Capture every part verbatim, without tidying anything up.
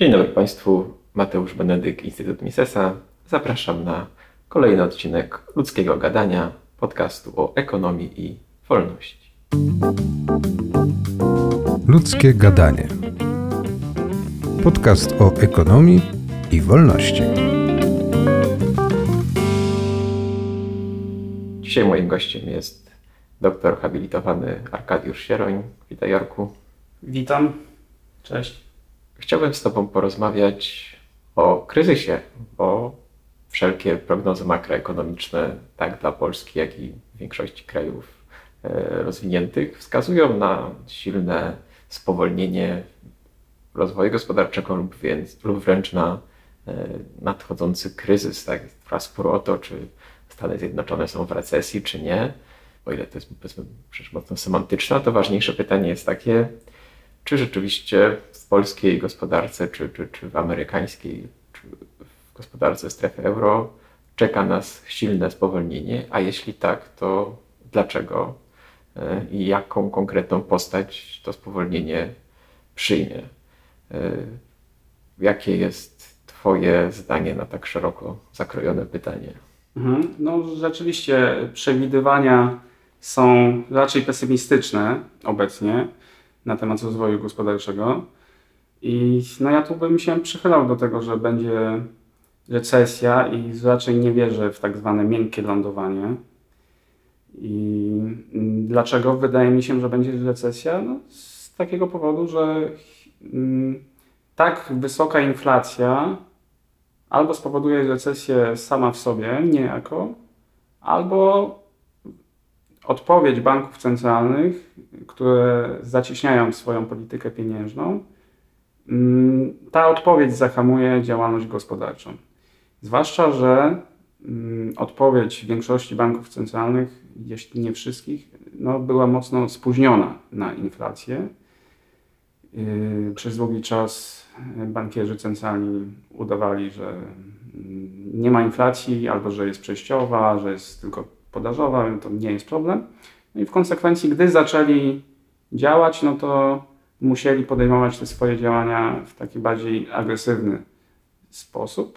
Dzień dobry Państwu, Mateusz Benedyk, Instytut Misesa. Zapraszam na kolejny odcinek Ludzkiego Gadania, podcastu o ekonomii i wolności. Ludzkie Gadanie. Podcast o ekonomii i wolności. Dzisiaj moim gościem jest doktor habilitowany Arkadiusz Sieroń. Witaj, Jarku. Witam. Cześć. Chciałbym z Tobą porozmawiać o kryzysie, bo wszelkie prognozy makroekonomiczne, tak dla Polski, jak i większości krajów rozwiniętych, wskazują na silne spowolnienie rozwoju gospodarczego lub, więc, lub wręcz na nadchodzący kryzys. Tak? Trwa spór o to, czy Stany Zjednoczone są w recesji, czy nie. O ile to jest, powiedzmy, rzecz mocno semantyczna, to ważniejsze pytanie jest takie, czy rzeczywiście w polskiej gospodarce, czy, czy, czy w amerykańskiej, czy w gospodarce strefy euro czeka nas silne spowolnienie, a jeśli tak, to dlaczego i jaką konkretną postać to spowolnienie przyjmie? Jakie jest Twoje zdanie na tak szeroko zakrojone pytanie? Mhm. No rzeczywiście przewidywania są raczej pesymistyczne obecnie na temat rozwoju gospodarczego i no ja tu bym się przychylał do tego, że będzie recesja i raczej nie wierzę w tak zwane miękkie lądowanie. I dlaczego wydaje mi się, że będzie recesja? No, z takiego powodu, że mm, tak wysoka inflacja albo spowoduje recesję sama w sobie, niejako, albo odpowiedź banków centralnych, które zacieśniają swoją politykę pieniężną, ta odpowiedź zahamuje działalność gospodarczą. Zwłaszcza, że odpowiedź większości banków centralnych, jeśli nie wszystkich, no, była mocno spóźniona na inflację. Przez długi czas bankierzy centralni udawali, że nie ma inflacji, albo że jest przejściowa, że jest tylko podażowa, to nie jest problem. No i w konsekwencji, gdy zaczęli działać, no to musieli podejmować te swoje działania w taki bardziej agresywny sposób,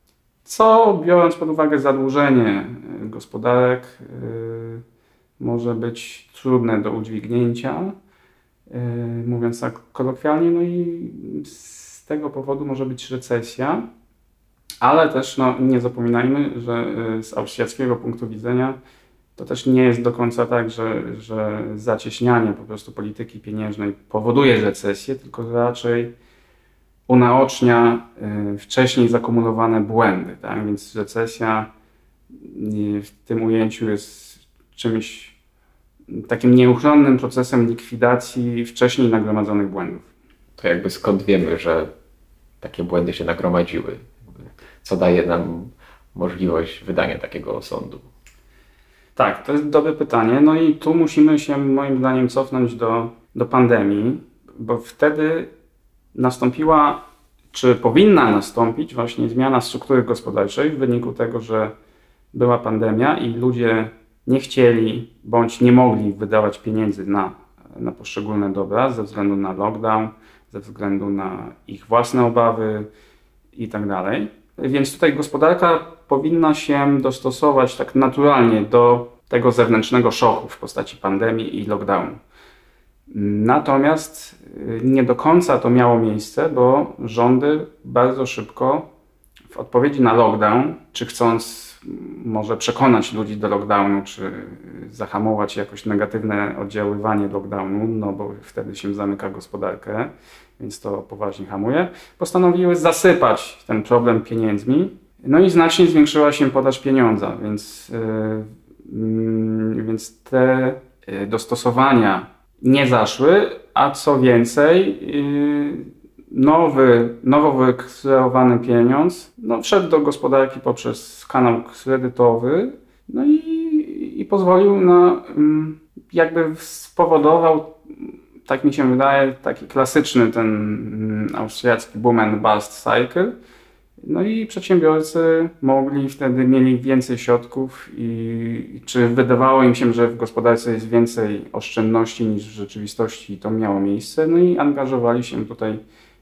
co biorąc pod uwagę zadłużenie gospodarek yy, może być trudne do udźwignięcia, yy, mówiąc tak kolokwialnie, no i z tego powodu może być recesja, ale też no, nie zapominajmy, że yy, z austriackiego punktu widzenia to też nie jest do końca tak, że, że zacieśnianie po prostu polityki pieniężnej powoduje recesję, tylko raczej unaocznia y, wcześniej zakumulowane błędy. Tak? Więc recesja y, w tym ujęciu jest czymś takim nieuchronnym procesem likwidacji wcześniej nagromadzonych błędów. To jakby skąd wiemy, że takie błędy się nagromadziły? Co daje nam możliwość wydania takiego osądu? Tak, to jest dobre pytanie. No i tu musimy się moim zdaniem cofnąć do, do pandemii, bo wtedy nastąpiła, czy powinna nastąpić właśnie zmiana struktury gospodarczej w wyniku tego, że była pandemia i ludzie nie chcieli bądź nie mogli wydawać pieniędzy na, na poszczególne dobra ze względu na lockdown, ze względu na ich własne obawy i tak dalej. Więc tutaj gospodarka powinna się dostosować tak naturalnie do tego zewnętrznego szoku w postaci pandemii i lockdownu. Natomiast nie do końca to miało miejsce, bo rządy bardzo szybko w odpowiedzi na lockdown, czy chcąc może przekonać ludzi do lockdownu, czy zahamować jakoś negatywne oddziaływanie lockdownu, no bo wtedy się zamyka gospodarkę, więc to poważnie hamuje, postanowiły zasypać ten problem pieniędzmi, no i znacznie zwiększyła się podaż pieniądza, więc, yy, więc te dostosowania nie zaszły, a co więcej, yy, nowy, nowo wykreowany pieniądz no, wszedł do gospodarki poprzez kanał kredytowy, no i, i pozwolił na, jakby spowodował, tak mi się wydaje, taki klasyczny ten austriacki boom and bust cycle. No i przedsiębiorcy mogli wtedy, mieli więcej środków i czy wydawało im się, że w gospodarce jest więcej oszczędności niż w rzeczywistości to miało miejsce. No i angażowali się tutaj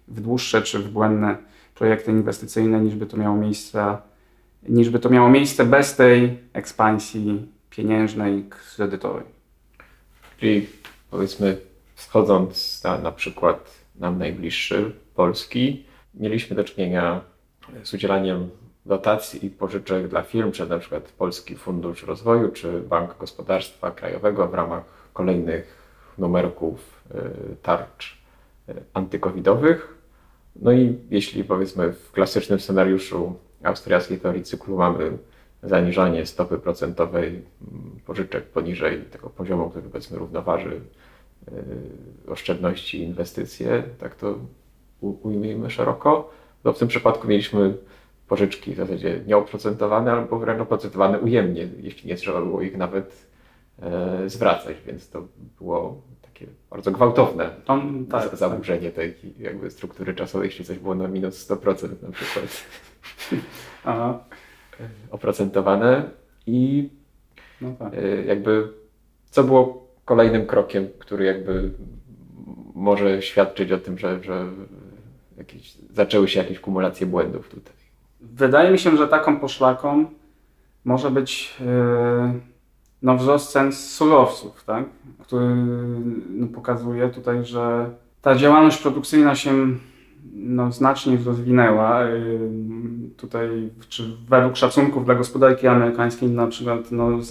w dłuższe czy w błędne projekty inwestycyjne, niż by to miało miejsce, niż by to miało miejsce bez tej ekspansji pieniężnej, kredytowej. Czyli powiedzmy, wschodząc na, na przykład nam najbliższy, Polski, mieliśmy do czynienia z udzielaniem dotacji i pożyczek dla firm przez na przykład Polski Fundusz Rozwoju czy Bank Gospodarstwa Krajowego w ramach kolejnych numerków tarcz antykowidowych. No i jeśli powiedzmy w klasycznym scenariuszu austriackiej teorii cyklu mamy zaniżanie stopy procentowej pożyczek poniżej tego poziomu, który powiedzmy równoważy oszczędności i inwestycje, tak to ujmijmy szeroko, to w tym przypadku mieliśmy pożyczki w zasadzie nieoprocentowane albo wręcz oprocentowane ujemnie, jeśli nie trzeba było ich nawet e, zwracać, więc to było takie bardzo gwałtowne On, tak, zaburzenie tej jakby struktury czasowej, jeśli coś było na minus sto procent na przykład. Aha. Oprocentowane i no tak. e, jakby co było kolejnym krokiem, który jakby może świadczyć o tym, że, że jakieś, zaczęły się jakieś kumulacje błędów tutaj. Wydaje mi się, że taką poszlaką może być yy, no, wzrost cen surowców, tak? Który no, pokazuje tutaj, że ta działalność produkcyjna się no, znacznie rozwinęła. Yy, tutaj czy według szacunków dla gospodarki amerykańskiej na przykład no, yy,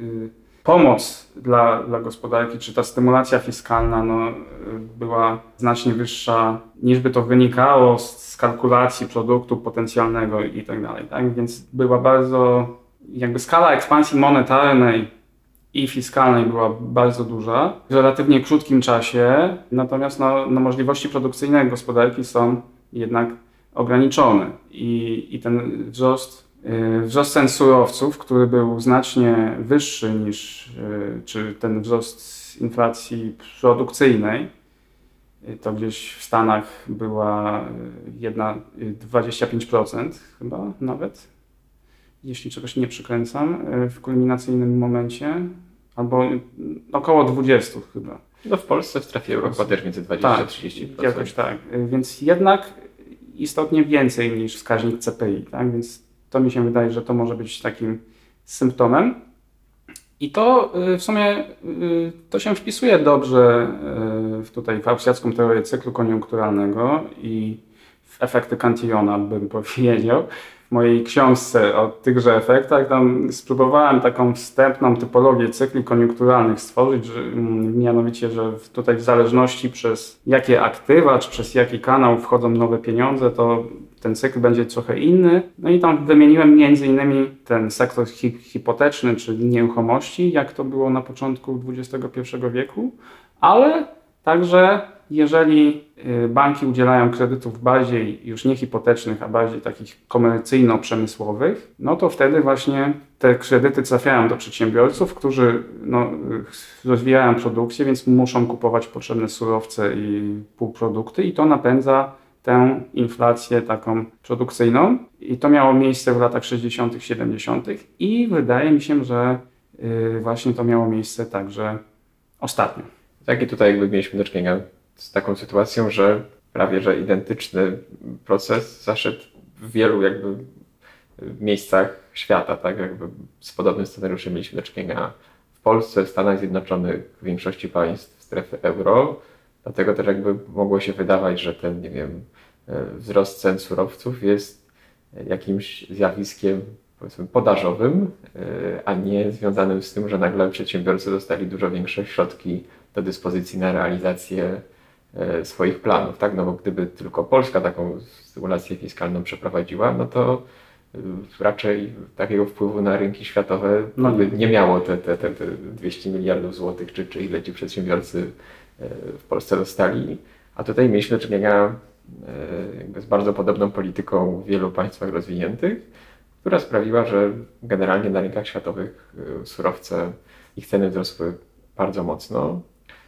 pomoc dla, dla gospodarki, czy ta stymulacja fiskalna no, była znacznie wyższa, niż by to wynikało z, z kalkulacji produktu potencjalnego i tak dalej. Tak? Więc była bardzo, jakby skala ekspansji monetarnej i fiskalnej była bardzo duża w relatywnie krótkim czasie, natomiast no, no możliwości produkcyjne gospodarki są jednak ograniczone i, i ten wzrost Wzrost cen surowców, który był znacznie wyższy niż czy ten wzrost inflacji produkcyjnej, to gdzieś w Stanach była jedna, dwadzieścia pięć procent chyba nawet, jeśli czegoś nie przykręcam, w kulminacyjnym momencie, albo około dwadzieścia chyba. No w Polsce w strefie Europa też między dwadzieścia a trzydzieści procent. Jakoś tak, więc jednak istotnie więcej niż wskaźnik C P I, tak, więc to mi się wydaje, że to może być takim symptomem. I to w sumie to się wpisuje dobrze w tutaj w austriacką teorię cyklu koniunkturalnego i w efekty Cantillona, bym powiedział. W mojej książce o tychże efektach tam spróbowałem taką wstępną typologię cykli koniunkturalnych stworzyć, że, mianowicie, że tutaj w zależności przez jakie aktywa, czy przez jaki kanał wchodzą nowe pieniądze, to ten cykl będzie trochę inny. No i tam wymieniłem między innymi ten sektor hi- hipoteczny, czyli nieruchomości, jak to było na początku dwudziestego pierwszego wieku, ale także jeżeli banki udzielają kredytów bardziej już nie hipotecznych, a bardziej takich komercyjno-przemysłowych, no to wtedy właśnie te kredyty trafiają do przedsiębiorców, którzy no, rozwijają produkcję, więc muszą kupować potrzebne surowce i półprodukty i to napędza tę inflację taką produkcyjną. I to miało miejsce w latach sześćdziesiątych, siedemdziesiątych i wydaje mi się, że yy, właśnie to miało miejsce także ostatnio. Tak i tutaj jakby mieliśmy do czynienia z taką sytuacją, że prawie że identyczny proces zaszedł w wielu jakby miejscach świata, tak jakby z podobnym scenariuszem mieliśmy do czynienia w Polsce, w Stanach Zjednoczonych, w większości państw strefy euro, dlatego też jakby mogło się wydawać, że ten, nie wiem, wzrost cen surowców jest jakimś zjawiskiem powiedzmy podażowym, a nie związanym z tym, że nagle przedsiębiorcy dostali dużo większe środki do dyspozycji na realizację swoich planów, tak? No bo gdyby tylko Polska taką stymulację fiskalną przeprowadziła, no to raczej takiego wpływu na rynki światowe no by nie miało te, te, te, te dwieście miliardów złotych, czy, czy ile ci przedsiębiorcy w Polsce dostali. A tutaj mieliśmy do czynienia jakby z bardzo podobną polityką w wielu państwach rozwiniętych, która sprawiła, że generalnie na rynkach światowych surowce, ich ceny wzrosły bardzo mocno.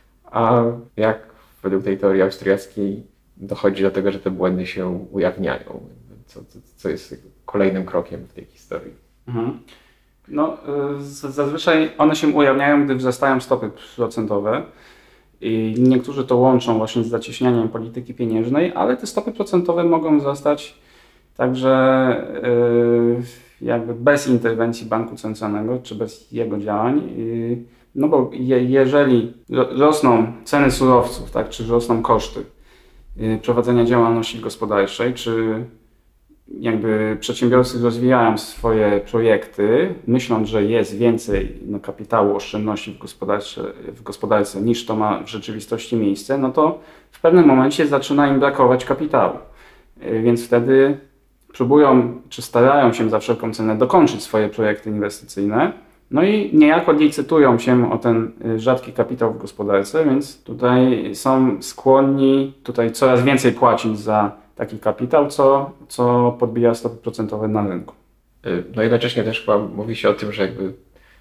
A jak według tej teorii austriackiej dochodzi do tego, że te błędy się ujawniają? Co, co, co jest kolejnym krokiem w tej historii? Mhm. No, z- zazwyczaj one się ujawniają, gdy wzrastają stopy procentowe I niektórzy to łączą właśnie z zacieśnianiem polityki pieniężnej, ale te stopy procentowe mogą zostać także yy, jakby bez interwencji banku centralnego czy bez jego działań. Yy, no bo je, jeżeli rosną ceny surowców, tak, czy rosną koszty yy, prowadzenia działalności gospodarczej, czy jakby przedsiębiorcy rozwijają swoje projekty, myśląc, że jest więcej no, kapitału, oszczędności w gospodarce, w gospodarce niż to ma w rzeczywistości miejsce, no to w pewnym momencie zaczyna im brakować kapitału. Więc wtedy próbują, czy starają się za wszelką cenę dokończyć swoje projekty inwestycyjne, no i niejako licytują się o ten rzadki kapitał w gospodarce, więc tutaj są skłonni tutaj coraz więcej płacić za taki kapitał, co, co podbija stopy procentowe na rynku. No jednocześnie też chyba mówi się o tym, że jakby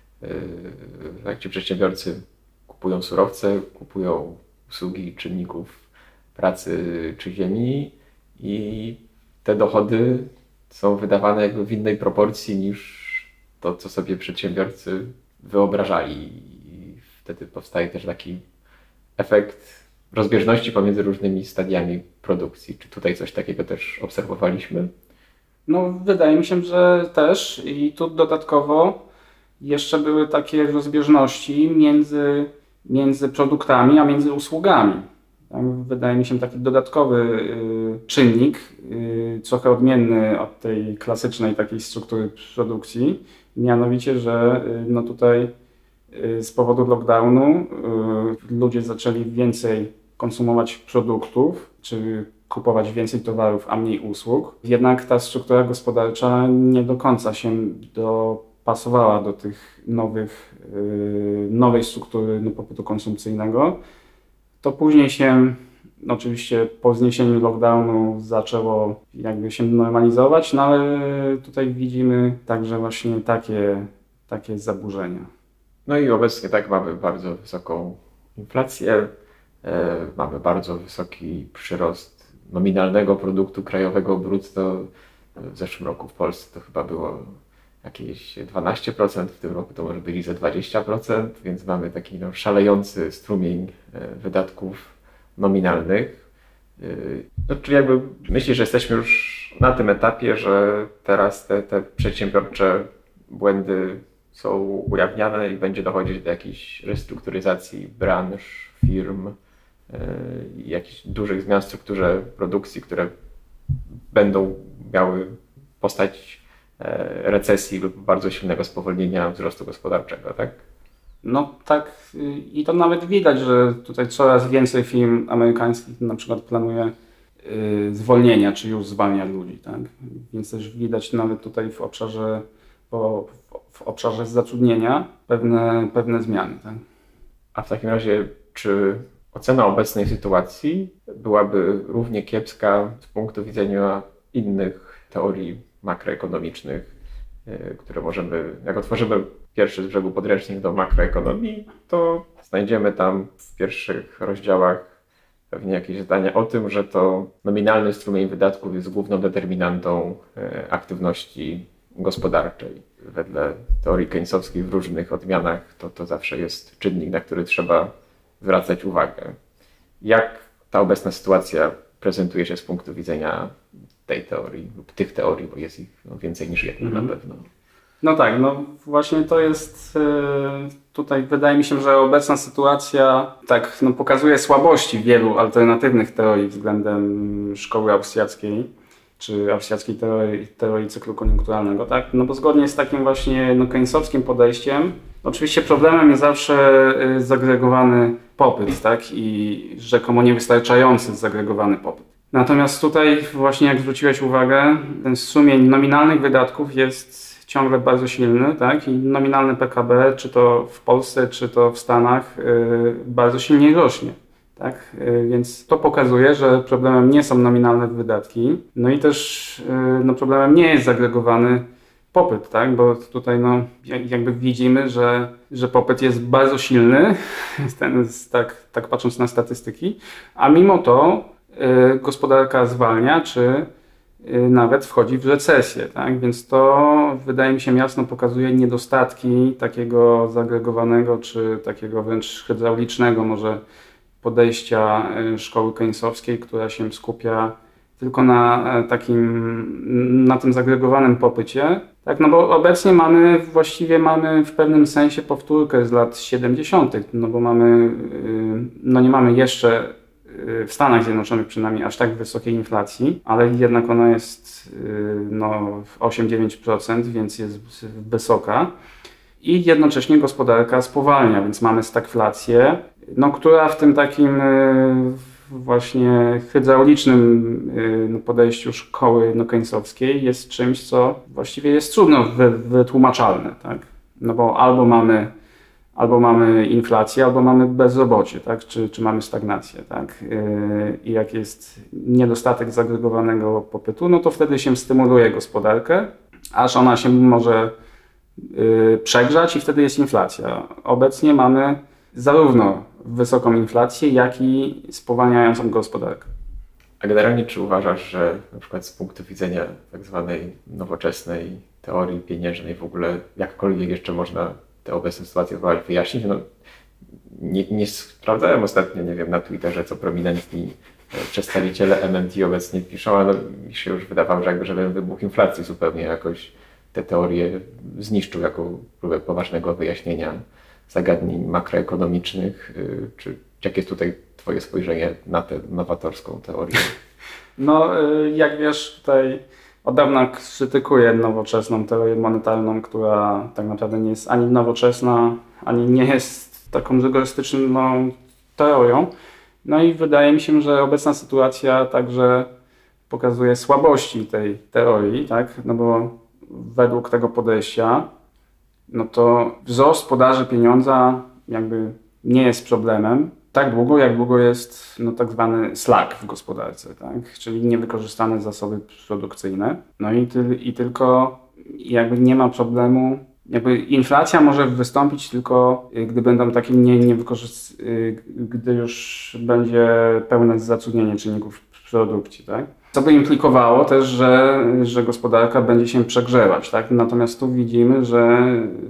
jak ci przedsiębiorcy kupują surowce, kupują usługi czynników pracy czy ziemi i te dochody są wydawane jakby w innej proporcji niż to, co sobie przedsiębiorcy wyobrażali. I wtedy powstaje też taki efekt rozbieżności pomiędzy różnymi stadiami produkcji. Czy tutaj coś takiego też obserwowaliśmy? No, wydaje mi się, że też i tu dodatkowo jeszcze były takie rozbieżności między, między produktami, a między usługami. Tam wydaje mi się taki dodatkowy y, czynnik, y, trochę odmienny od tej klasycznej takiej struktury produkcji, mianowicie, że y, no tutaj y, z powodu lockdownu y, ludzie zaczęli więcej konsumować produktów, czy kupować więcej towarów, a mniej usług. Jednak ta struktura gospodarcza nie do końca się dopasowała do tych nowych, yy, nowej struktury no, popytu konsumpcyjnego. To później się, oczywiście po zniesieniu lockdownu zaczęło jakby się normalizować, no ale tutaj widzimy także właśnie takie, takie zaburzenia. No i obecnie tak mamy bardzo wysoką inflację. Mamy bardzo wysoki przyrost nominalnego produktu krajowego brutto. W zeszłym roku w Polsce to chyba było jakieś dwanaście procent, w tym roku to może byli ze dwadzieścia procent, więc mamy taki no, szalejący strumień wydatków nominalnych. No, czyli jakby myślę, że jesteśmy już na tym etapie, że teraz te, te przedsiębiorcze błędy są ujawniane i będzie dochodzić do jakiejś restrukturyzacji branż, firm, i jakichś dużych zmian w strukturze produkcji, które będą miały postać recesji lub bardzo silnego spowolnienia wzrostu gospodarczego, tak? No tak i to nawet widać, że tutaj coraz więcej firm amerykańskich na przykład planuje zwolnienia, czy już zwalnia ludzi, tak? Więc też widać nawet tutaj w obszarze, w, w obszarze zatrudnienia pewne, pewne zmiany, tak? A w takim razie, czy ocena obecnej sytuacji byłaby równie kiepska z punktu widzenia innych teorii makroekonomicznych, które możemy, jak otworzymy pierwszy z brzegu podręcznik do makroekonomii, to znajdziemy tam w pierwszych rozdziałach pewnie jakieś zdania o tym, że to nominalny strumień wydatków jest główną determinantą aktywności gospodarczej. Wedle teorii keynesowskiej w różnych odmianach to, to zawsze jest czynnik, na który trzeba zwracać uwagę. Jak ta obecna sytuacja prezentuje się z punktu widzenia tej teorii lub tych teorii, bo jest ich no, więcej niż jedna mm. na pewno. No tak, no właśnie to jest tutaj wydaje mi się, że obecna sytuacja tak no, pokazuje słabości wielu alternatywnych teorii względem szkoły austriackiej czy austriackiej teorii, teorii cyklu koniunkturalnego, tak? No bo zgodnie z takim właśnie no, keynesowskim podejściem, oczywiście problemem jest zawsze zagregowany popyt, tak? I rzekomo niewystarczający zagregowany popyt. Natomiast tutaj właśnie jak zwróciłeś uwagę, ten strumień nominalnych wydatków jest ciągle bardzo silny, tak? I nominalne P K B, czy to w Polsce, czy to w Stanach, yy, bardzo silnie rośnie. Tak? Yy, więc to pokazuje, że problemem nie są nominalne wydatki, no i też yy, no problemem nie jest zagregowany popyt, tak? Bo tutaj no, jakby widzimy, że, że popyt jest bardzo silny, ten, tak, tak patrząc na statystyki, a mimo to yy, gospodarka zwalnia, czy nawet wchodzi w recesję, tak? Więc to wydaje mi się jasno pokazuje niedostatki takiego zagregowanego czy takiego wręcz hydraulicznego może podejścia szkoły keynesowskiej, która się skupia tylko na takim, na tym zagregowanym popycie. Tak, no bo obecnie mamy, właściwie mamy w pewnym sensie powtórkę z lat siedemdziesiątych, no bo mamy, no nie mamy jeszcze w Stanach Zjednoczonych przynajmniej aż tak wysokiej inflacji, ale jednak ona jest no osiem do dziewięciu procent, więc jest wysoka. I jednocześnie gospodarka spowalnia, więc mamy stagflację, no, która w tym takim właśnie hydraulicznym podejściu szkoły no, keynesowskiej jest czymś, co właściwie jest trudno wytłumaczalne. Tak? No bo albo mamy, albo mamy inflację, albo mamy bezrobocie, tak? czy, czy mamy stagnację. Tak? I jak jest niedostatek zagregowanego popytu, no to wtedy się stymuluje gospodarkę, aż ona się może przegrzać i wtedy jest inflacja. Obecnie mamy zarówno wysoką inflację, jak i spowalniającą gospodarkę. A generalnie czy uważasz, że na przykład z punktu widzenia tak zwanej nowoczesnej teorii pieniężnej w ogóle jakkolwiek jeszcze można tę obecną sytuację wyjaśnić? No, nie, nie sprawdzałem ostatnio, nie wiem, na Twitterze, co prominentni przedstawiciele M M T obecnie piszą, ale no, mi się już wydawało, że jakby żaden wybuch inflacji zupełnie jakoś te teorie zniszczył jako próbę poważnego wyjaśnienia zagadnień makroekonomicznych. Czy jakie jest tutaj twoje spojrzenie na tę nowatorską teorię? No, jak wiesz, tutaj od dawna krytykuję nowoczesną teorię monetarną, która tak naprawdę nie jest ani nowoczesna, ani nie jest taką rygorystyczną teorią. No i wydaje mi się, że obecna sytuacja także pokazuje słabości tej teorii, tak? No bo według tego podejścia, no to wzrost podaży pieniądza jakby nie jest problemem tak długo, jak długo jest no, tak zwany slack w gospodarce, tak? Czyli niewykorzystane zasoby produkcyjne. No i, ty, i tylko jakby nie ma problemu, jakby inflacja może wystąpić tylko, gdy będą takie nie, niewykorzystane, gdy już będzie pełne zatrudnienie czynników w produkcji, tak? Co by implikowało też, że, że gospodarka będzie się przegrzewać, tak? Natomiast tu widzimy, że,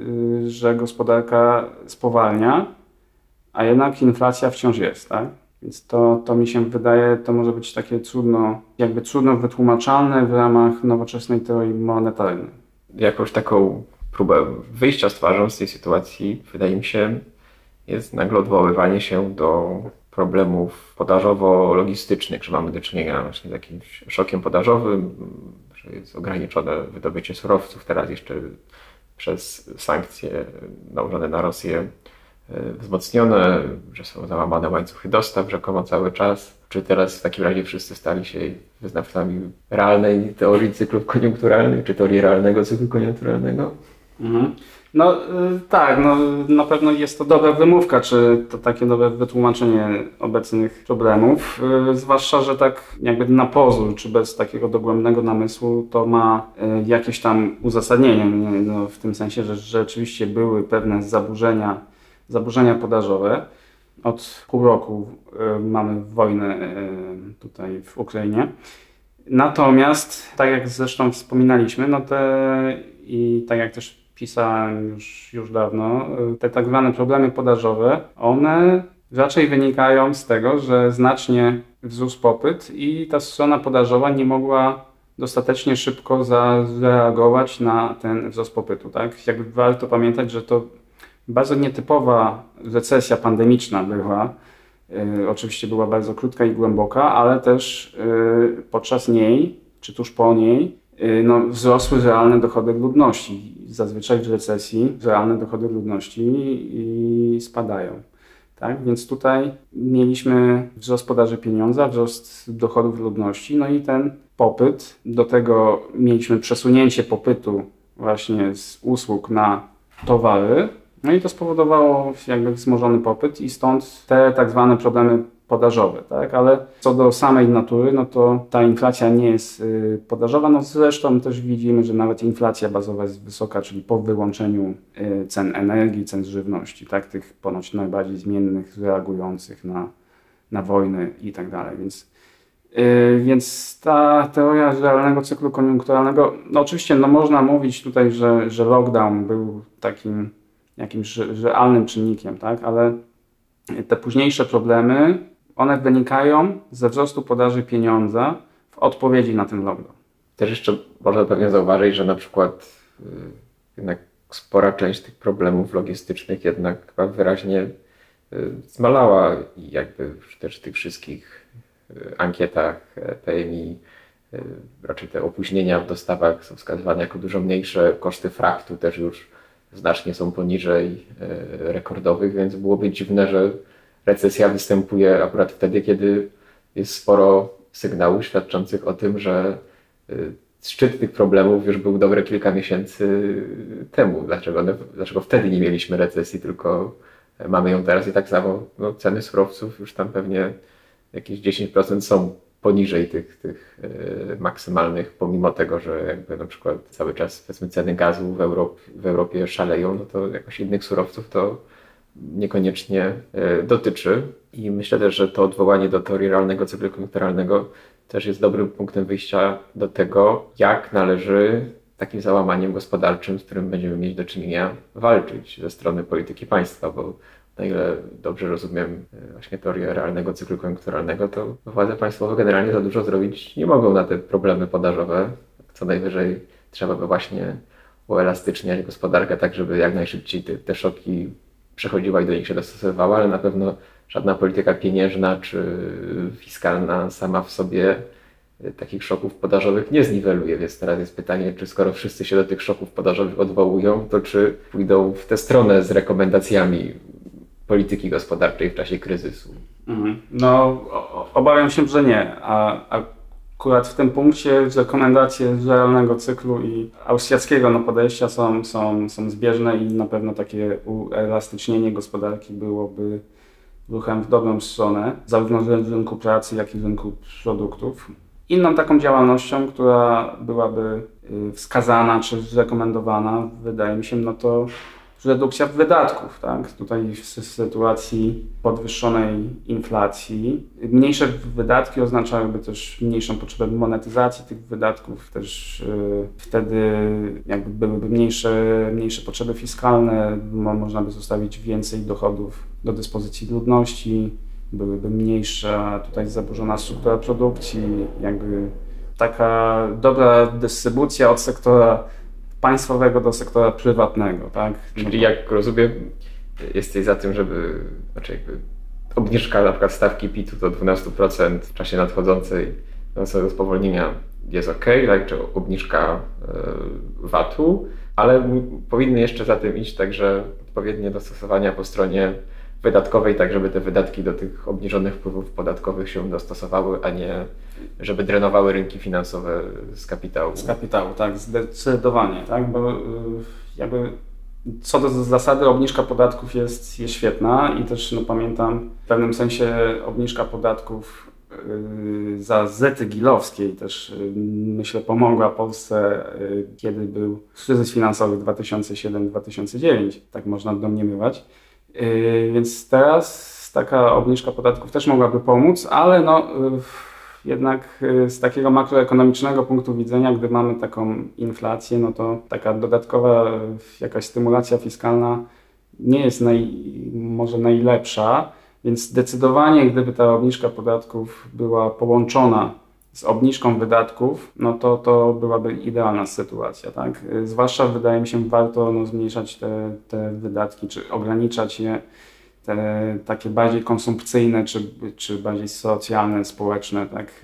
że gospodarka spowalnia, a jednak inflacja wciąż jest, tak? Więc to, to mi się wydaje, to może być takie trudno, jakby trudno wytłumaczalne w ramach nowoczesnej teorii monetarnej. Jakąś taką próbę wyjścia z twarzą z tej sytuacji, wydaje mi się, jest nagle odwoływanie się do problemów podażowo-logistycznych, że mamy do czynienia właśnie z jakimś szokiem podażowym, że jest ograniczone wydobycie surowców, teraz jeszcze przez sankcje nałożone na Rosję wzmocnione, że są załamane łańcuchy dostaw rzekomo cały czas. Czy teraz w takim razie wszyscy stali się wyznawcami realnej teorii cyklów koniunkturalnych, czy teorii realnego cyklu koniunkturalnego? Mhm. No tak, no, na pewno jest to dobra wymówka, czy to takie dobre wytłumaczenie obecnych problemów, zwłaszcza, że tak jakby na pozór, czy bez takiego dogłębnego namysłu to ma jakieś tam uzasadnienie, no, w tym sensie, że rzeczywiście były pewne zaburzenia, zaburzenia podażowe. Od pół roku mamy wojnę tutaj w Ukrainie. Natomiast, tak jak zresztą wspominaliśmy, no te i tak jak też pisałem już, już dawno, te tak zwane problemy podażowe, one raczej wynikają z tego, że znacznie wzrósł popyt i ta strona podażowa nie mogła dostatecznie szybko zareagować na ten wzrost popytu. Tak? Jakby warto pamiętać, że to bardzo nietypowa recesja pandemiczna była. Yy, oczywiście była bardzo krótka i głęboka, ale też yy, podczas niej, czy tuż po niej, yy, no, wzrosły realne dochody ludności. Zazwyczaj w recesji realne dochody ludności i spadają. Tak? Więc tutaj mieliśmy wzrost podaży pieniądza, wzrost dochodów ludności, no i ten popyt, do tego mieliśmy przesunięcie popytu właśnie z usług na towary, no i to spowodowało jakby wzmożony popyt i stąd te tak zwane problemy podażowe, tak? Ale co do samej natury, no to ta inflacja nie jest podażowa, no zresztą też widzimy, że nawet inflacja bazowa jest wysoka, czyli po wyłączeniu cen energii, cen żywności, tak? Tych ponoć najbardziej zmiennych, reagujących na, na wojny i tak dalej, więc Yy, więc ta teoria realnego cyklu koniunkturalnego, no oczywiście no można mówić tutaj, że, że lockdown był takim jakimś realnym czynnikiem, tak? Ale te późniejsze problemy one wynikają ze wzrostu podaży pieniądza w odpowiedzi na ten lockdown. Też jeszcze można pewnie zauważyć, że na przykład yy, jednak spora część tych problemów logistycznych jednak chyba wyraźnie yy, zmalała i jakby też w tych wszystkich yy, ankietach P M I yy, raczej te opóźnienia w dostawach są wskazywane jako dużo mniejsze, koszty fraktu też już znacznie są poniżej yy, rekordowych, więc byłoby dziwne, że recesja występuje akurat wtedy, kiedy jest sporo sygnałów świadczących o tym, że yy, szczyt tych problemów już był dobre kilka miesięcy temu. Dlaczego, one, dlaczego wtedy nie mieliśmy recesji, tylko mamy ją teraz i tak samo no, ceny surowców już tam pewnie jakieś dziesięć procent są poniżej tych, tych yy, maksymalnych, pomimo tego, że jakby na przykład cały czas powiedzmy ceny gazu w Europie, w Europie szaleją, no to jakoś innych surowców to niekoniecznie yy, dotyczy. I myślę też, że to odwołanie do teorii realnego cyklu koniunkturalnego też jest dobrym punktem wyjścia do tego, jak należy takim załamaniem gospodarczym, z którym będziemy mieć do czynienia, walczyć ze strony polityki państwa, bo na ile dobrze rozumiem właśnie teorię realnego cyklu koniunkturalnego, to władze państwowe generalnie za dużo zrobić nie mogą na te problemy podażowe. Co najwyżej trzeba by właśnie uelastyczniać gospodarkę tak, żeby jak najszybciej te, te szoki przechodziła i do nich się dostosowywała, ale na pewno żadna polityka pieniężna czy fiskalna sama w sobie takich szoków podażowych nie zniweluje. Więc teraz jest pytanie, czy skoro wszyscy się do tych szoków podażowych odwołują, to czy pójdą w tę stronę z rekomendacjami polityki gospodarczej w czasie kryzysu? No, obawiam się, że nie. A, a akurat w tym punkcie rekomendacje z realnego cyklu i austriackiego no, podejścia są, są, są zbieżne i na pewno takie uelastycznienie gospodarki byłoby ruchem w dobrą stronę, zarówno z rynku pracy, jak i z rynku produktów. Inną taką działalnością, która byłaby wskazana czy zrekomendowana, wydaje mi się, no to redukcja wydatków. Tak? Tutaj w sytuacji podwyższonej inflacji mniejsze wydatki oznaczałyby też mniejszą potrzebę monetyzacji tych wydatków, też yy, wtedy jakby byłyby mniejsze, mniejsze potrzeby fiskalne, mo, można by zostawić więcej dochodów do dyspozycji ludności, byłyby mniejsza tutaj zaburzona struktura produkcji, jakby taka dobra dystrybucja od sektora państwowego do sektora prywatnego, tak? No Czyli jak rozumiem, jesteś za tym, żeby, znaczy jakby obniżka na przykład stawki P I T-u do dwanaście procent w czasie nadchodzącej następnego spowolnienia jest ok, tak? Czy obniżka y, V A T-u, ale powinny jeszcze za tym iść także odpowiednie dostosowania po stronie wydatkowej, tak żeby te wydatki do tych obniżonych wpływów podatkowych się dostosowały, a nie żeby drenowały rynki finansowe z kapitału. Z kapitału, tak, zdecydowanie, tak, bo jakby co do zasady obniżka podatków jest, jest świetna i też no, pamiętam w pewnym sensie obniżka podatków yy, za zety gilowskiej też yy, myślę pomogła Polsce, yy, kiedy był kryzys finansowy dwa tysiące siedem dwa tysiące dziewięć, tak można domniemywać. Yy, więc teraz taka obniżka podatków też mogłaby pomóc, ale no, yy, jednak yy, z takiego makroekonomicznego punktu widzenia, gdy mamy taką inflację, no to taka dodatkowa yy, jakaś stymulacja fiskalna nie jest naj, może najlepsza, więc zdecydowanie gdyby ta obniżka podatków była połączona z obniżką wydatków, no to to byłaby idealna sytuacja, tak? Zwłaszcza wydaje mi się warto no, zmniejszać te, te wydatki, czy ograniczać je, te takie bardziej konsumpcyjne, czy, czy bardziej socjalne, społeczne, tak?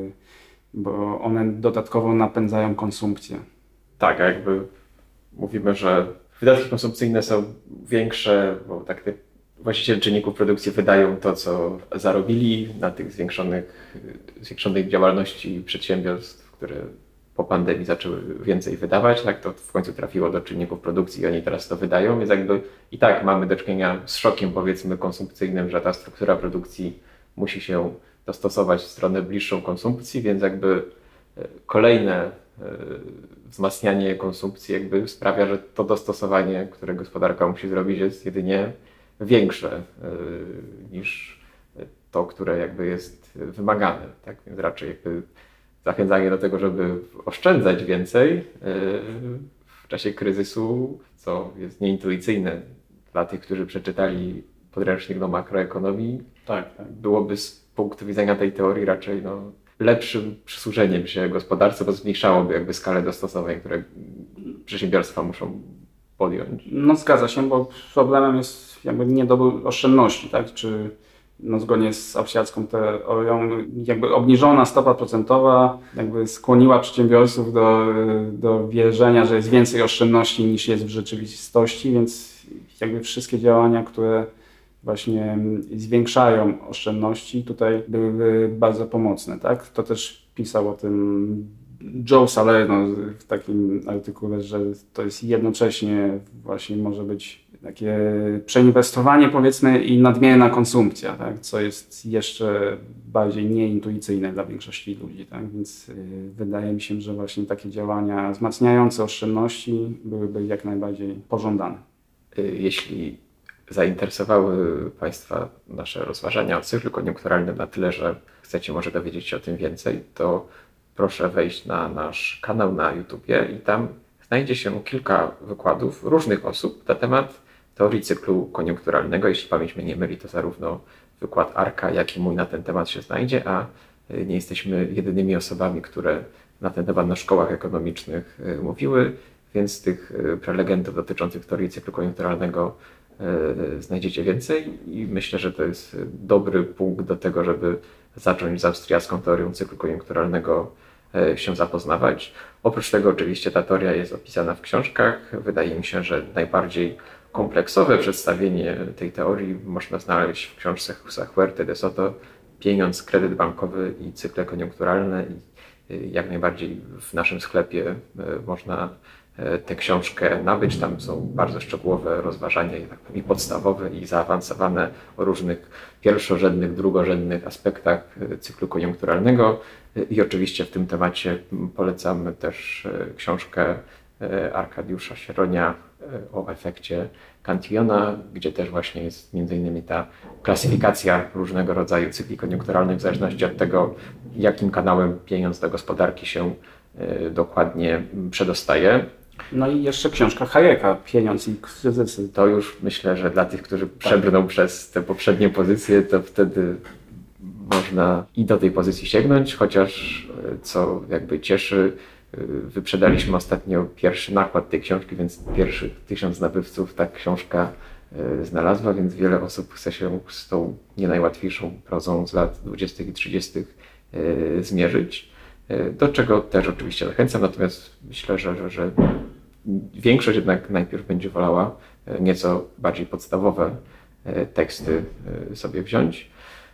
Bo one dodatkowo napędzają konsumpcję. Tak, a jakby mówimy, że wydatki konsumpcyjne są większe, bo tak te właściciele czynników produkcji wydają to, co zarobili na tych zwiększonych, zwiększonej działalności przedsiębiorstw, które po pandemii zaczęły więcej wydawać, tak, to w końcu trafiło do czynników produkcji i oni teraz to wydają, więc jakby i tak mamy do czynienia z szokiem, powiedzmy, konsumpcyjnym, że ta struktura produkcji musi się dostosować w stronę bliższą konsumpcji, więc jakby kolejne wzmacnianie konsumpcji jakby sprawia, że to dostosowanie, które gospodarka musi zrobić, jest jedynie większe niż to, które jakby jest wymagane. Tak? Więc raczej jakby zachęcanie do tego, żeby oszczędzać więcej w czasie kryzysu, co jest nieintuicyjne dla tych, którzy przeczytali podręcznik do makroekonomii, Tak, tak. byłoby punktu widzenia tej teorii raczej no, lepszym przysłużeniem się gospodarce, bo zmniejszałoby jakby skalę dostosowań, które przedsiębiorstwa muszą podjąć. No zgadza się, bo problemem jest jakby niedobór oszczędności, tak? Czy no, zgodnie z austriacką teorią jakby obniżona stopa procentowa jakby skłoniła przedsiębiorców do, do wierzenia, że jest więcej oszczędności niż jest w rzeczywistości, więc jakby wszystkie działania, które właśnie zwiększają oszczędności, tutaj byłyby bardzo pomocne, tak? To też pisał o tym Joe Salerno w takim artykule, że to jest jednocześnie właśnie może być takie przeinwestowanie powiedzmy i nadmierna konsumpcja, tak? Co jest jeszcze bardziej nieintuicyjne dla większości ludzi, tak? Więc yy, wydaje mi się, że właśnie takie działania wzmacniające oszczędności byłyby jak najbardziej pożądane. Jeśli zainteresowały Państwa nasze rozważania o cyklu koniunkturalnym na tyle, że chcecie może dowiedzieć się o tym więcej, to proszę wejść na nasz kanał na YouTubie i tam znajdzie się kilka wykładów różnych osób na temat teorii cyklu koniunkturalnego. Jeśli pamięć mnie nie myli, to zarówno wykład Arka, jak i mój na ten temat się znajdzie, a nie jesteśmy jedynymi osobami, które na ten temat na szkołach ekonomicznych mówiły, więc tych prelegentów dotyczących teorii cyklu koniunkturalnego znajdziecie więcej i myślę, że to jest dobry punkt do tego, żeby zacząć z austriacką teorią cyklu koniunkturalnego się zapoznawać. Oprócz tego oczywiście ta teoria jest opisana w książkach. Wydaje mi się, że najbardziej kompleksowe przedstawienie tej teorii można znaleźć w książce Husa Huerty de Soto Pieniądz, kredyt bankowy i cykle koniunkturalne. I jak najbardziej w naszym sklepie można tę książkę nabyć. Tam są bardzo szczegółowe rozważania i, tak powiem, i podstawowe i zaawansowane o różnych pierwszorzędnych, drugorzędnych aspektach cyklu koniunkturalnego. I oczywiście w tym temacie polecam też książkę Arkadiusza Sieronia o efekcie Cantillona, gdzie też właśnie jest między innymi ta klasyfikacja różnego rodzaju cykli koniunkturalnych w zależności od tego, jakim kanałem pieniądz do gospodarki się dokładnie przedostaje. No i jeszcze książka Hayeka, Pieniądz i kryzysy. To już myślę, że dla tych, którzy przebrną tak przez te poprzednie pozycje, to wtedy można i do tej pozycji sięgnąć, chociaż co jakby cieszy, wyprzedaliśmy ostatnio pierwszy nakład tej książki, więc pierwszych tysiąc nabywców ta książka znalazła, więc wiele osób chce się z tą nie najłatwiejszą prozą z lat dwudziestych i trzydziestych zmierzyć, do czego też oczywiście zachęcam, natomiast myślę, że, że, że większość jednak najpierw będzie wolała nieco bardziej podstawowe teksty sobie wziąć.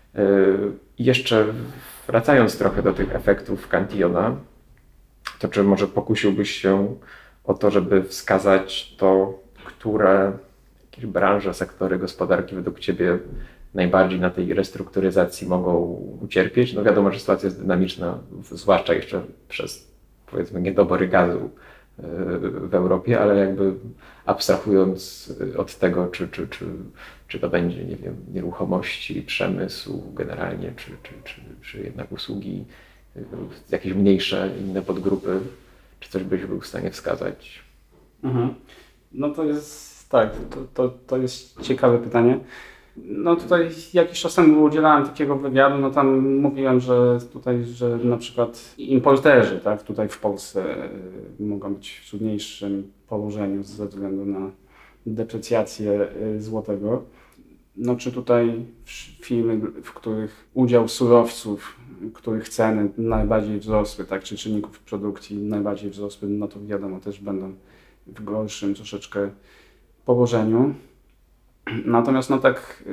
I jeszcze wracając trochę do tych efektów Cantillona, to czy może pokusiłbyś się o to, żeby wskazać to, które jakieś branże, sektory gospodarki według Ciebie najbardziej na tej restrukturyzacji mogą ucierpieć? No wiadomo, że sytuacja jest dynamiczna, zwłaszcza jeszcze przez, powiedzmy, niedobory gazu w Europie, ale jakby abstrahując od tego, czy, czy, czy, czy to będzie, nie wiem, nieruchomości, przemysł generalnie, czy, czy, czy, czy jednak usługi, jakieś mniejsze, inne podgrupy, czy coś byś był w stanie wskazać? Mhm. No to jest, tak, to, to, to jest ciekawe pytanie. No tutaj jakiś czas temu udzielałem takiego wywiadu, no tam mówiłem, że tutaj, że na przykład importerzy, tak, tutaj w Polsce mogą być w trudniejszym położeniu ze względu na deprecjację złotego. No czy tutaj firmy, w których udział surowców, których ceny najbardziej wzrosły, tak, czy czynników produkcji najbardziej wzrosły, no to wiadomo, też będą w gorszym troszeczkę położeniu. Natomiast no tak,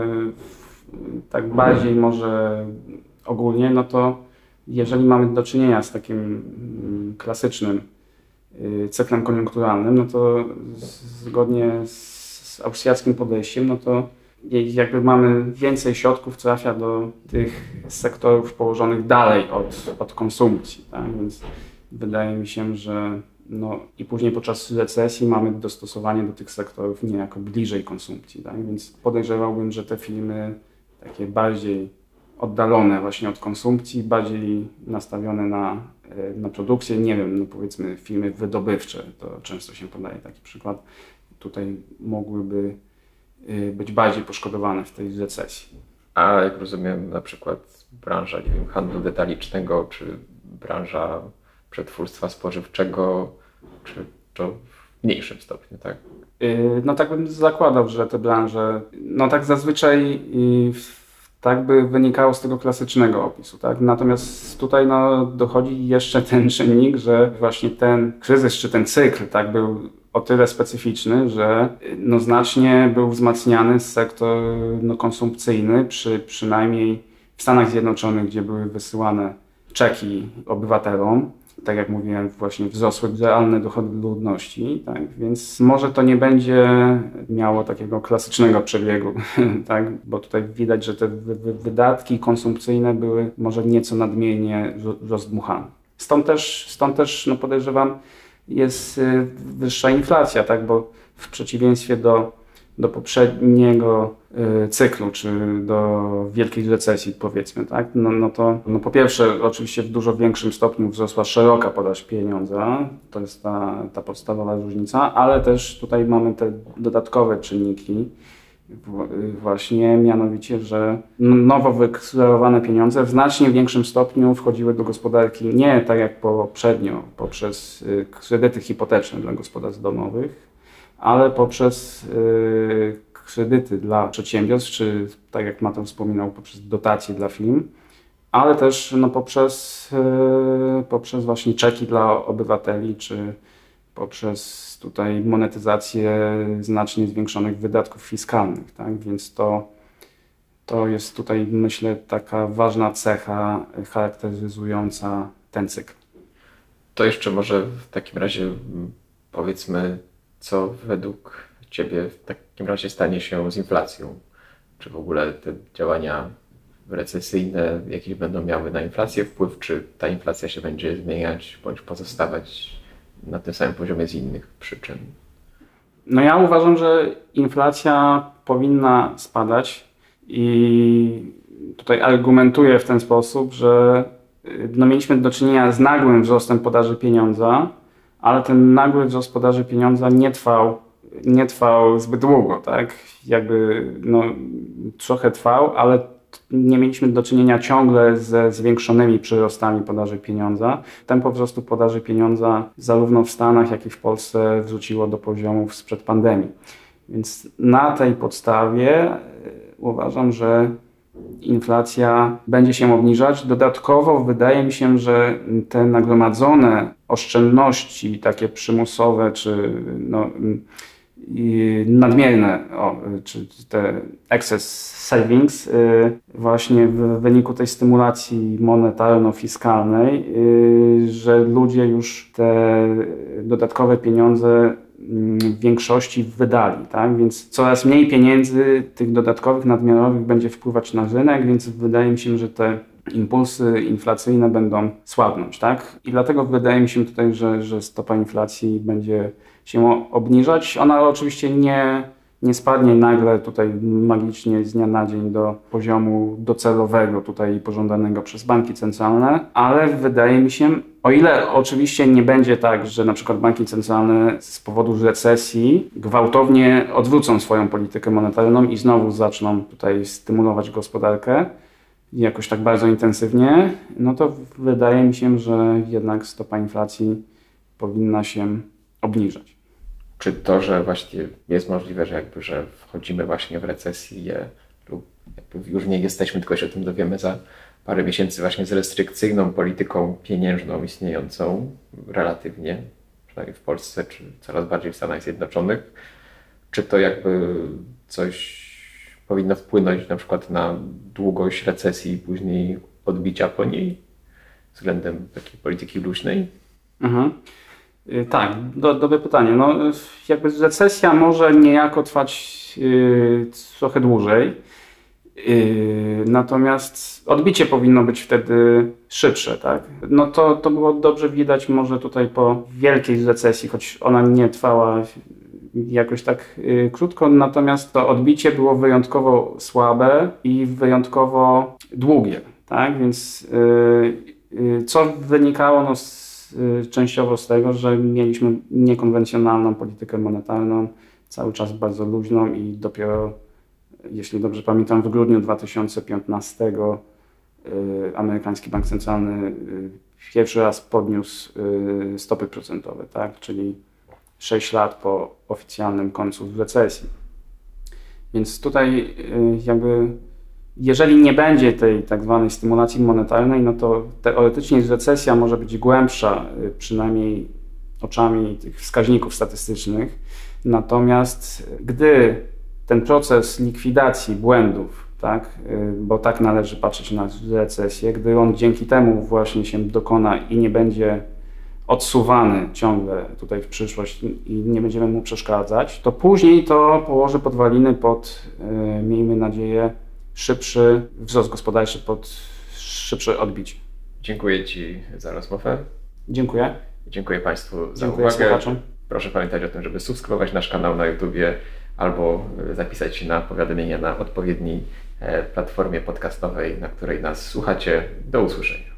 yy, tak bardziej może ogólnie, no to jeżeli mamy do czynienia z takim yy, klasycznym yy, cyklem koniunkturalnym, no to z, zgodnie z, z austriackim podejściem, no to jakby mamy więcej środków trafia do tych sektorów położonych dalej od, od konsumpcji, tak? Więc wydaje mi się, że no i później podczas recesji mamy dostosowanie do tych sektorów niejako bliżej konsumpcji, tak? Więc podejrzewałbym, że te firmy takie bardziej oddalone właśnie od konsumpcji, bardziej nastawione na, na produkcję, nie wiem, no powiedzmy firmy wydobywcze, to często się podaje taki przykład, tutaj mogłyby być bardziej poszkodowane w tej recesji. A jak rozumiem, na przykład branża, nie wiem, handlu detalicznego, czy branża przetwórstwa spożywczego, czy to w mniejszym stopniu, tak? No tak bym zakładał, że te branże, no tak zazwyczaj tak by wynikało z tego klasycznego opisu, tak? Natomiast tutaj no, dochodzi jeszcze ten czynnik, że właśnie ten kryzys czy ten cykl tak był o tyle specyficzny, że no, znacznie był wzmacniany sektor no, konsumpcyjny, przy, przynajmniej w Stanach Zjednoczonych, gdzie były wysyłane czeki obywatelom. Tak jak mówiłem, właśnie wzrosły realne dochody ludności, tak? Więc może to nie będzie miało takiego klasycznego przebiegu, tak? Bo tutaj widać, że te wydatki konsumpcyjne były może nieco nadmiernie rozdmuchane. Stąd też, stąd też no podejrzewam, jest wyższa inflacja, tak? Bo w przeciwieństwie do do poprzedniego y, cyklu, czy do wielkiej recesji, powiedzmy, tak? No, no to no po pierwsze oczywiście w dużo większym stopniu wzrosła szeroka podaż pieniądza, to jest ta, ta podstawowa różnica, ale też tutaj mamy te dodatkowe czynniki, właśnie mianowicie, że nowo wykreowane pieniądze w znacznie większym stopniu wchodziły do gospodarki nie tak jak poprzednio poprzez kredyty hipoteczne dla gospodarstw domowych, ale poprzez y, kredyty dla przedsiębiorstw, czy tak jak Mateusz wspominał, poprzez dotacje dla firm, ale też no, poprzez, y, poprzez właśnie czeki dla obywateli, czy poprzez tutaj monetyzację znacznie zwiększonych wydatków fiskalnych. Tak? Więc to, to jest tutaj, myślę, taka ważna cecha charakteryzująca ten cykl. To jeszcze może w takim razie powiedzmy, co według Ciebie w takim razie stanie się z inflacją? Czy w ogóle te działania recesyjne jakieś będą miały na inflację wpływ, czy ta inflacja się będzie zmieniać bądź pozostawać na tym samym poziomie z innych przyczyn? No ja uważam, że inflacja powinna spadać i tutaj argumentuję w ten sposób, że no mieliśmy do czynienia z nagłym wzrostem podaży pieniądza, ale ten nagły wzrost podaży pieniądza nie trwał, nie trwał zbyt długo, tak? Jakby no, trochę trwał, ale nie mieliśmy do czynienia ciągle ze zwiększonymi przyrostami podaży pieniądza. Tempo wzrostu podaży pieniądza zarówno w Stanach, jak i w Polsce wróciło do poziomów sprzed pandemii. Więc na tej podstawie uważam, że inflacja będzie się obniżać. Dodatkowo wydaje mi się, że te nagromadzone oszczędności takie przymusowe czy no, nadmierne, o, czy te excess savings właśnie w wyniku tej stymulacji monetarno-fiskalnej, że ludzie już te dodatkowe pieniądze w większości wydali, tak? Więc coraz mniej pieniędzy tych dodatkowych, nadmiarowych będzie wpływać na rynek, więc wydaje mi się, że te impulsy inflacyjne będą słabnąć, tak? I dlatego wydaje mi się tutaj, że, że stopa inflacji będzie się obniżać. Ona oczywiście nie, nie spadnie nagle tutaj magicznie z dnia na dzień do poziomu docelowego tutaj pożądanego przez banki centralne, ale wydaje mi się, o ile oczywiście nie będzie tak, że na przykład banki centralne z powodu recesji gwałtownie odwrócą swoją politykę monetarną i znowu zaczną tutaj stymulować gospodarkę jakoś tak bardzo intensywnie, no to wydaje mi się, że jednak stopa inflacji powinna się obniżać. Czy to, że właśnie jest możliwe, że jakby, że wchodzimy właśnie w recesję lub jakby już nie jesteśmy, tylko się o tym dowiemy za parę miesięcy właśnie z restrykcyjną polityką pieniężną istniejącą relatywnie, przynajmniej w Polsce, czy coraz bardziej w Stanach Zjednoczonych, czy to jakby coś powinno wpłynąć na przykład na długość recesji i później odbicia po niej względem takiej polityki luźnej? Mhm. Tak, do, dobre pytanie. No, jakby recesja może niejako trwać yy, trochę dłużej, yy, natomiast odbicie powinno być wtedy szybsze, tak? No to, to było dobrze widać może tutaj po wielkiej recesji, choć ona nie trwała jakoś tak yy, krótko, natomiast to odbicie było wyjątkowo słabe i wyjątkowo długie, tak? Więc yy, yy, co wynikało no, z częściowo z tego, że mieliśmy niekonwencjonalną politykę monetarną, cały czas bardzo luźną i dopiero jeśli dobrze pamiętam, w grudniu dwa tysiące piętnastego amerykański bank centralny pierwszy raz podniósł stopy procentowe, tak? Czyli sześć lat po oficjalnym końcu recesji. Więc tutaj jakby, jeżeli nie będzie tej tak zwanej stymulacji monetarnej, no to teoretycznie recesja może być głębsza, przynajmniej oczami tych wskaźników statystycznych. Natomiast gdy ten proces likwidacji błędów, tak, bo tak należy patrzeć na recesję, gdy on dzięki temu właśnie się dokona i nie będzie odsuwany ciągle tutaj w przyszłość i nie będziemy mu przeszkadzać, to później to położy podwaliny pod, miejmy nadzieję, szybszy wzrost gospodarczy, pod szybsze odbicie. Dziękuję Ci za rozmowę. Dziękuję. Dziękuję Państwu za Dziękuję uwagę. słuchaczom. Proszę pamiętać o tym, żeby subskrybować nasz kanał na YouTubie albo zapisać się na powiadomienia na odpowiedniej platformie podcastowej, na której nas słuchacie. Do usłyszenia.